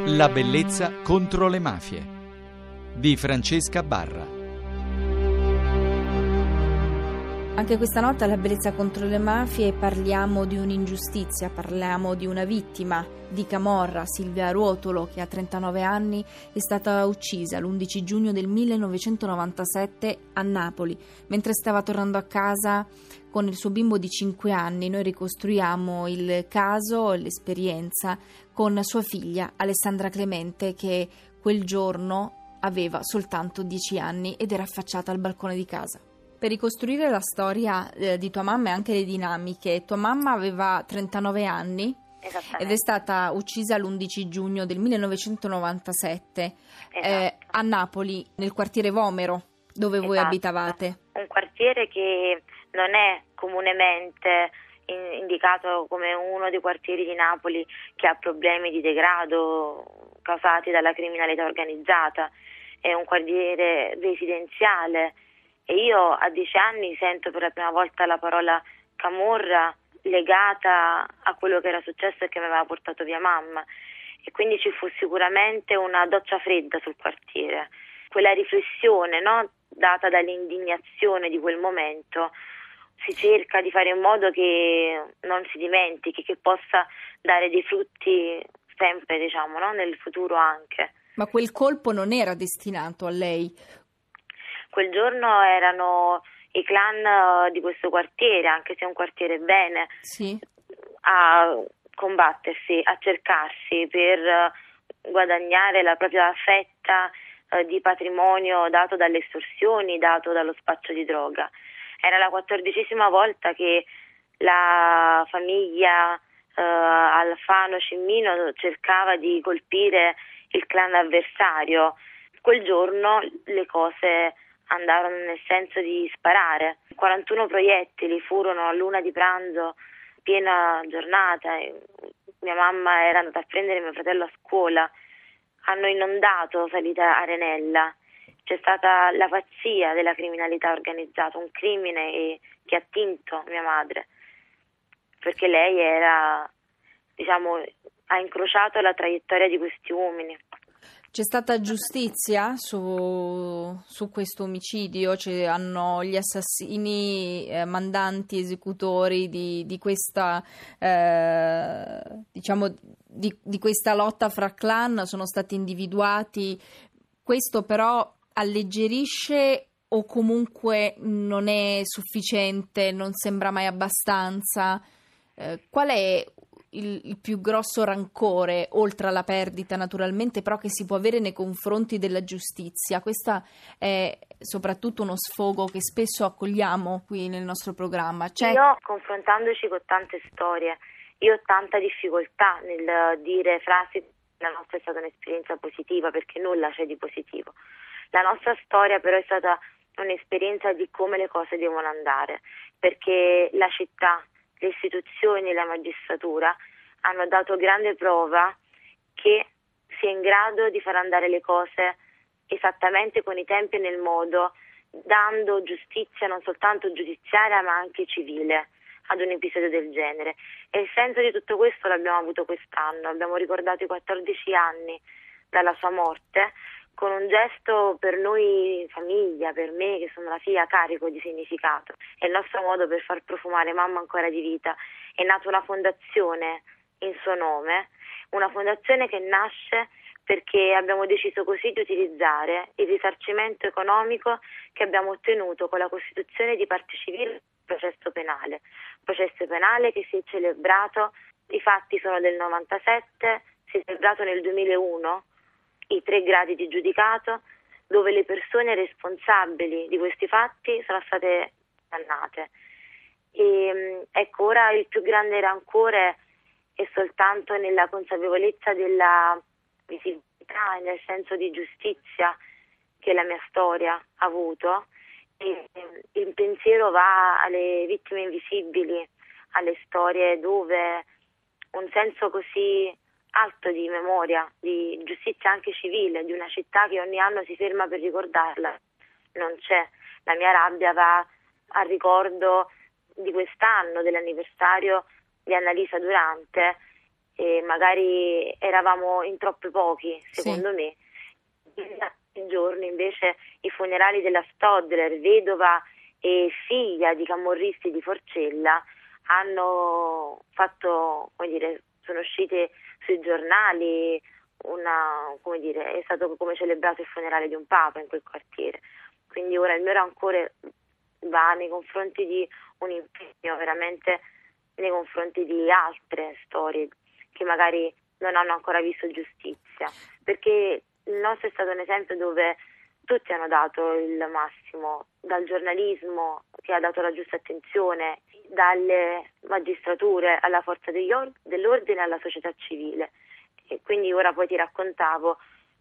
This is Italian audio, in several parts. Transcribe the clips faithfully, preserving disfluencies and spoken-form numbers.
La bellezza contro le mafie di Francesca Barra. Anche questa notte alla Bellezza contro le mafie parliamo di un'ingiustizia, parliamo di una vittima di camorra, Silvia Ruotolo, che a trentanove anni è stata uccisa l'undici giugno del millenovecentonovantasette a Napoli, mentre stava tornando a casa con il suo bimbo di cinque anni. Noi ricostruiamo il caso, l'esperienza con sua figlia Alessandra Clemente, che quel giorno aveva soltanto dieci anni ed era affacciata al balcone di casa. Per ricostruire la storia eh, di tua mamma e anche le dinamiche, tua mamma aveva trentanove anni ed è stata uccisa l'undici giugno del millenovecentonovantasette, esatto. eh, a Napoli, nel quartiere Vomero, dove esatto. Voi abitavate. Un quartiere che non è comunemente in, indicato come uno dei quartieri di Napoli che ha problemi di degrado causati dalla criminalità organizzata. È un quartiere residenziale. E io a dieci anni sento per la prima volta la parola camorra legata a quello che era successo e che mi aveva portato via mamma, e quindi ci fu sicuramente una doccia fredda sul quartiere, quella riflessione, no, data dall'indignazione di quel momento. Si cerca di fare in modo che non si dimentichi, che possa dare dei frutti sempre, diciamo, no, nel futuro anche. Ma quel colpo non era destinato a lei? Quel giorno erano i clan di questo quartiere, anche se è un quartiere bene, sì. a combattersi, a cercarsi per guadagnare la propria fetta eh, di patrimonio dato dalle estorsioni, dato dallo spaccio di droga. Era la quattordicesima volta che la famiglia eh, Alfano Cimmino cercava di colpire il clan avversario. Quel giorno le cose andarono nel senso di sparare. quarantuno proiettili furono a luna di pranzo, piena giornata. Mia mamma era andata a prendere mio fratello a scuola. Hanno inondato Salita Arenella. C'è stata la pazzia della criminalità organizzata, un crimine che ha attinto mia madre, perché lei era, diciamo, ha incrociato la traiettoria di questi uomini. C'è stata giustizia su, su questo omicidio? Cioè, hanno gli assassini, eh, mandanti, esecutori di, di questa eh, diciamo di, di questa lotta fra clan sono stati individuati? Questo però alleggerisce o comunque non è sufficiente, non sembra mai abbastanza? Eh, qual è Il, il più grosso rancore, oltre alla perdita naturalmente, però che si può avere nei confronti della giustizia? Questo è soprattutto uno sfogo che spesso accogliamo qui nel nostro programma. C'è... Io, confrontandoci con tante storie, io ho tanta difficoltà nel dire frasi la nostra è stata un'esperienza positiva, perché nulla c'è di positivo. La nostra storia però è stata un'esperienza di come le cose devono andare, perché la città, le istituzioni e la magistratura hanno dato grande prova che si è in grado di far andare le cose esattamente con i tempi e nel modo, dando giustizia non soltanto giudiziaria ma anche civile ad un episodio del genere. E il senso di tutto questo l'abbiamo avuto quest'anno. Abbiamo ricordato i quattordici anni dalla sua morte, con un gesto per noi famiglia, per me che sono la figlia, carico di significato. È il nostro modo per far profumare mamma ancora di vita. È nata una fondazione in suo nome, una fondazione che nasce perché abbiamo deciso così di utilizzare il risarcimento economico che abbiamo ottenuto con la costituzione di parte civile del processo penale. Processo penale che si è celebrato, i fatti sono del novantasette, si è celebrato nel duemilauno, i tre gradi di giudicato, dove le persone responsabili di questi fatti sono state condannate. E, ecco, ora il più grande rancore è soltanto nella consapevolezza della visibilità e nel senso di giustizia che la mia storia ha avuto, e il pensiero va alle vittime invisibili, alle storie dove un senso così alto di memoria, di giustizia anche civile, di una città che ogni anno si ferma per ricordarla, non c'è. La mia rabbia va al ricordo di quest'anno, dell'anniversario di Annalisa Durante, e magari eravamo in troppo pochi, secondo sì. me. In giorni invece i funerali della Stodler, vedova e figlia di camorristi di Forcella, hanno fatto, come dire, sono uscite sui giornali, una, come dire, è stato come celebrato il funerale di un papa in quel quartiere. Quindi ora il mio rancore va nei confronti di un impegno, veramente nei confronti di altre storie che magari non hanno ancora visto giustizia, perché il nostro è stato un esempio dove tutti hanno dato il massimo, dal giornalismo che ha dato la giusta attenzione, dalle magistrature alla forza degli or- dell'ordine alla società civile. E quindi ora poi ti raccontavo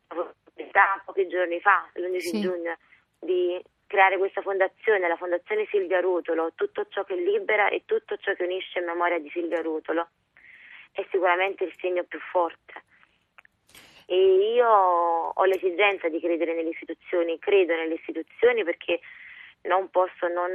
da pochi giorni fa, l'undici sì. giugno, di creare questa fondazione, la Fondazione Silvia Rutolo, tutto ciò che libera e tutto ciò che unisce in memoria di Silvia Rutolo. È sicuramente il segno più forte. E io ho l'esigenza di credere nelle istituzioni, credo nelle istituzioni perché non posso non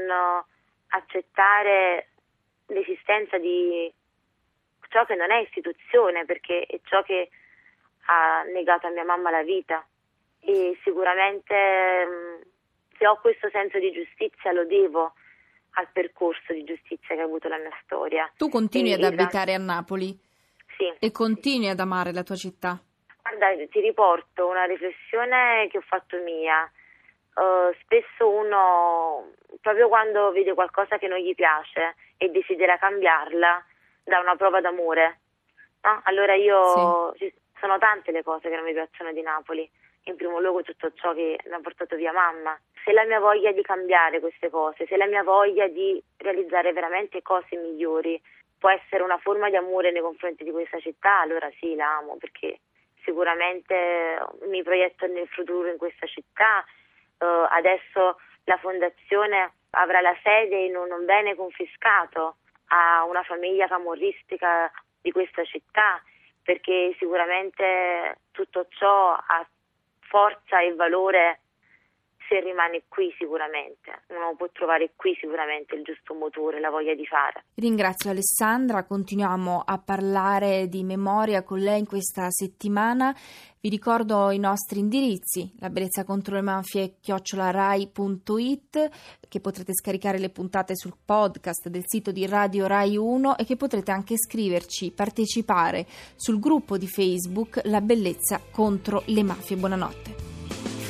accettare l'esistenza di ciò che non è istituzione, perché è ciò che ha negato a mia mamma la vita. E sicuramente se ho questo senso di giustizia lo devo al percorso di giustizia che ha avuto la mia storia. Tu continui e ad abitare a Napoli? Sì. E continui ad amare la tua città? Guarda, ti riporto una riflessione che ho fatto mia. Uh, spesso uno, proprio quando vede qualcosa che non gli piace e desidera cambiarla, dà una prova d'amore. No? Allora io, sì. ci sono tante le cose che non mi piacciono di Napoli. In primo luogo tutto ciò che mi ha portato via mamma. Se la mia voglia di cambiare queste cose, se la mia voglia di realizzare veramente cose migliori può essere una forma di amore nei confronti di questa città, allora sì, la amo, perché sicuramente mi proietto nel futuro in questa città. Uh, adesso la fondazione avrà la sede in un, un bene confiscato a una famiglia camorristica di questa città, perché sicuramente tutto ciò ha forza e valore se rimane qui. Sicuramente uno può trovare qui sicuramente il giusto motore, la voglia di fare. Ringrazio Alessandra, continuiamo a parlare di memoria con lei in questa settimana. Vi ricordo i nostri indirizzi: La bellezza contro le mafie chiocciola rai punto it, che potrete scaricare le puntate sul podcast del sito di Radio Rai uno e che potrete anche scriverci, partecipare sul gruppo di Facebook La bellezza contro le mafie. Buonanotte.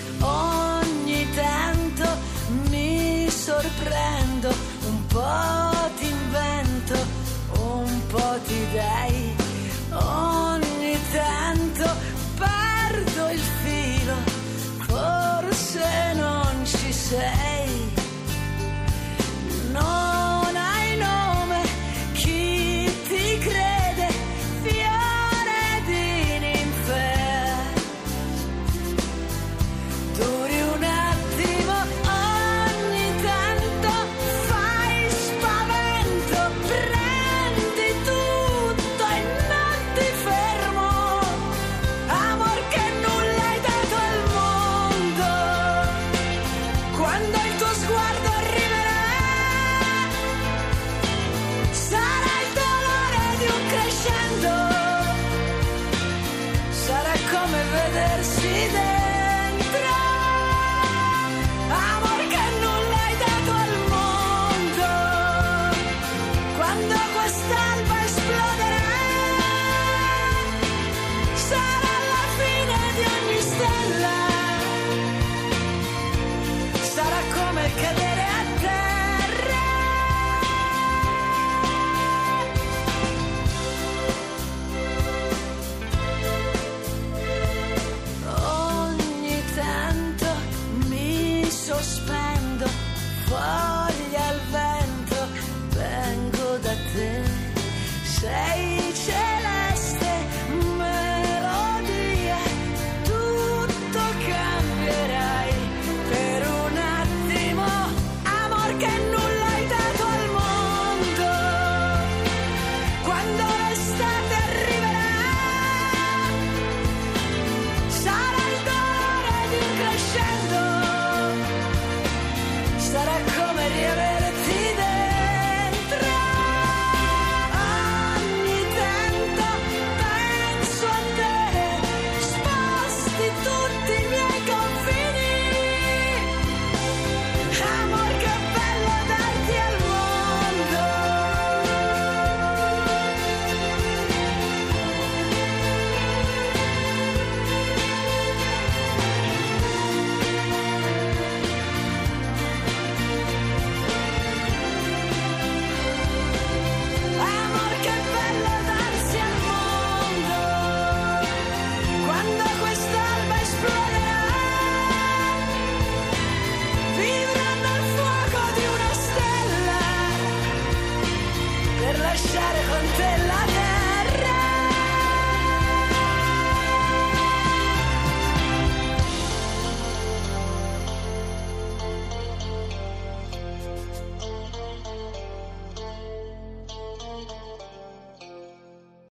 Ogni tanto mi sorprendo un po'.